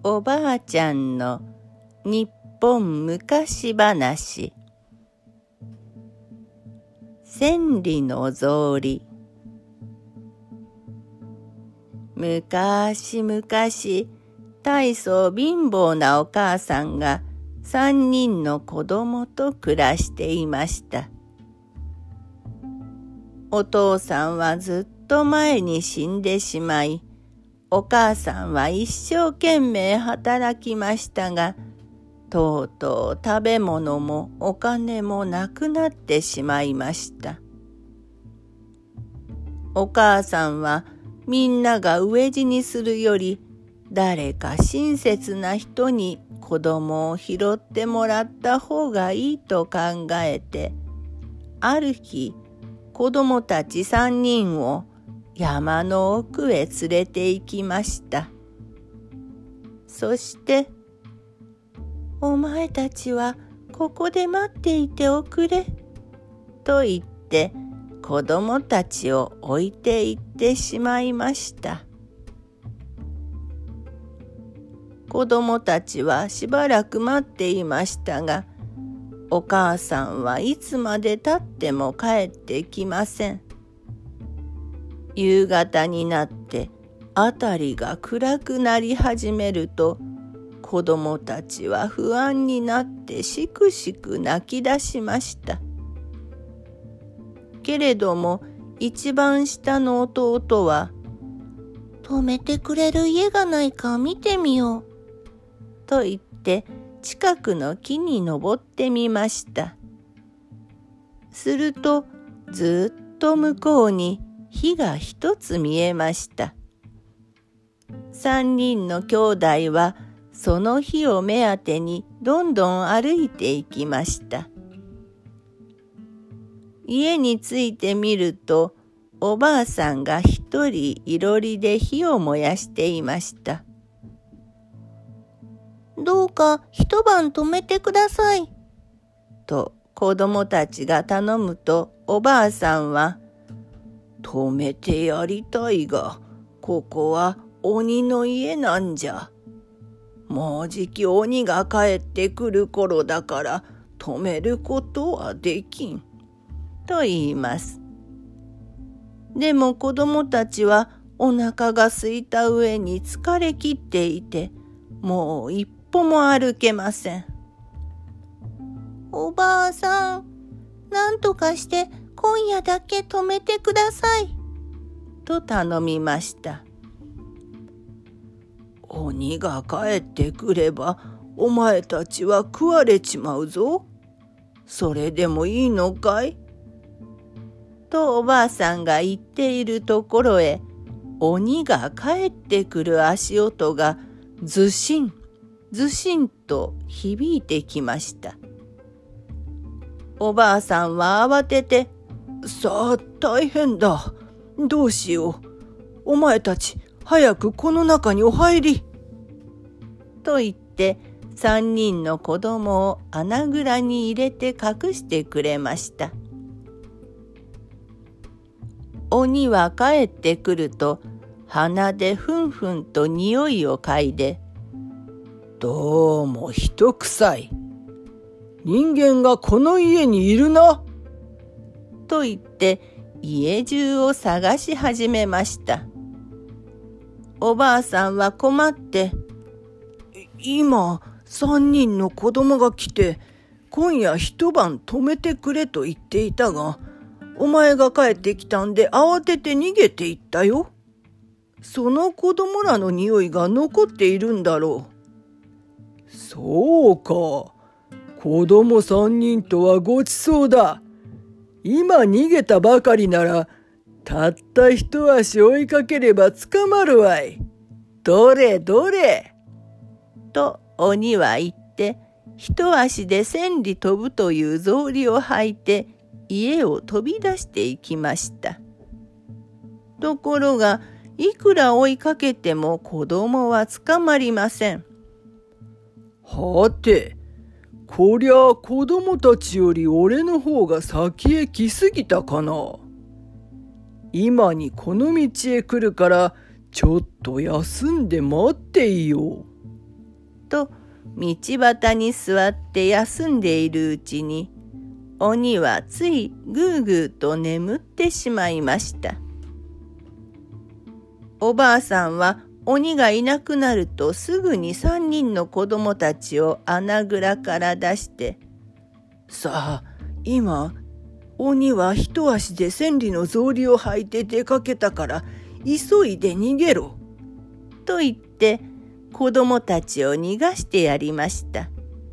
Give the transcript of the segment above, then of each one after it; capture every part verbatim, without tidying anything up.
おばあちゃんの日本昔話。千里の草履。むかしむかし、大層貧乏なお母さんが三人の子供と暮らしていました。お父さんはずっと前に死んでしまい、お母さんは一生懸命働きましたが、とうとう食べ物もお金もなくなってしまいました。お母さんはみんなが飢え死にするより、誰か親切な人に子供を拾ってもらった方がいいと考えて、ある日、子供たち三人を山の奥へ連れて行きました。そして、お前たちはここで待っていておくれ、と言って子供たちを置いて行ってしまいました。子供たちはしばらく待っていましたが、お母さんはいつまでたっても帰ってきません。夕方になって辺りが暗くなり始めると、子供たちは不安になってしくしく泣き出しました。けれども一番下の弟は、止めてくれる家がないか見てみよう、と言って近くの木に登ってみました。するとずっと向こうに火が一つ見えました。三人の兄弟はその火を目当てにどんどん歩いていきました。家に着いてみると、おばあさんが一人いろりで火を燃やしていました。どうか一晩泊めてください、と子供たちが頼むと、おばあさんは、泊めてやりたいが、ここは鬼の家なんじゃ。もうじき鬼が帰ってくる頃だから泊めることはできん、と言います。でも子供たちはお腹が空いた上に疲れきっていて、もう一歩も歩けません。おばあさん、なんとかして今夜だけ泊めてください、と頼みました。鬼が帰ってくればお前たちは食われちまうぞ。それでもいいのかい、とおばあさんが言っているところへ、鬼が帰ってくる足音がずしんずしんと響いてきました。おばあさんは慌てて、さあ大変だ、どうしよう、お前たち早くこの中にお入り、と言って三人の子供を穴蔵に入れて隠してくれました。鬼は帰ってくると鼻でふんふんと匂いを嗅いで、どうも人臭い、人間がこの家にいるな、と言って家中を探し始めました。おばあさんは困って、今三人の子供が来て今夜一晩泊めてくれと言っていたが、お前が帰ってきたんで慌てて逃げていったよ。その子供らの匂いが残っているんだろう。そうか、子供三人とはごちそうだ。今逃げたばかりならたった一足追いかければ捕まるわい。どれどれ。と鬼は言って、一足で千里飛ぶという草履を履いて家を飛び出していきました。ところが、いくら追いかけても子供は捕まりません。はて、こりゃ子供たちより俺の方が先へ来すぎたかな。今にこの道へ来るからちょっと休んで待っていよう。 と道端に座って休んでいるうちに、鬼はついぐうぐうと眠ってしまいました。おばあさんは鬼がいなくなるとすぐに三人の子供たちを穴蔵から出して、さあ、今、鬼は一足で千里の草履を履いて出かけたから急いで逃げろ。と言って子供たちを逃がしてやりました。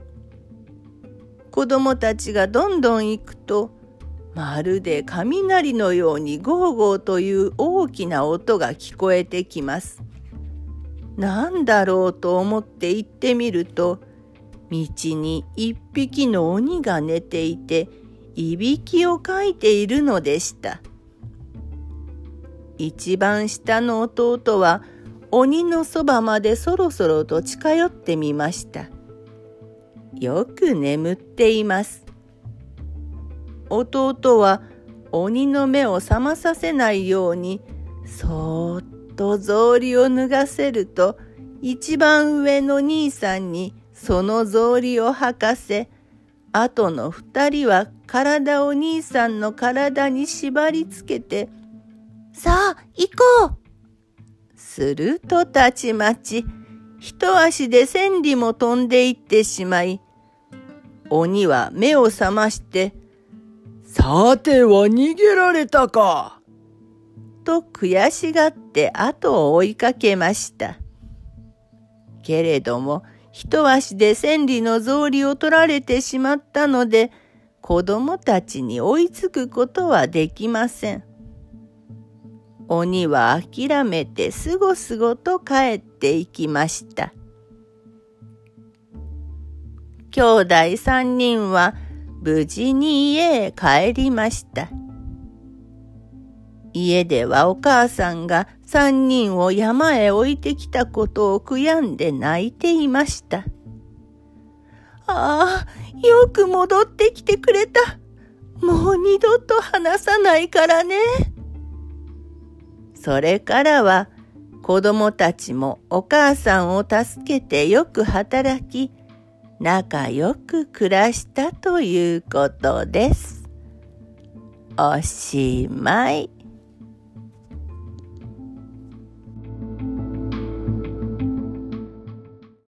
子供たちがどんどん行くと、まるで雷のようにゴーゴーという大きな音が聞こえてきます。なんだろうと思って行ってみると、道に一匹の鬼が寝ていて、いびきをかいているのでした。一番下の弟は鬼のそばまでそろそろと近寄ってみました。よく眠っています。弟は鬼の目を覚まさせないようにそーっと草履を脱がせると、一番上の兄さんにその草履を履かせ、あとの二人は体を兄さんの体に縛りつけて、さあ行こう。するとたちまち、一足で千里も飛んでいってしまい、鬼は目を覚まして、さては逃げられたか。と悔しがって後を追いかけました。けれども、一足で千里の草履を取られてしまったので、子供たちに追いつくことはできません。鬼は諦めてすごすごと帰っていきました。兄弟三人は無事に家へ帰りました。家ではお母さんが三人を山へ置いてきたことを悔やんで泣いていました。ああ、よく戻ってきてくれた。もう二度と話さないからね。それからは子供たちもお母さんを助けてよく働き、仲良く暮らしたということです。おしまい。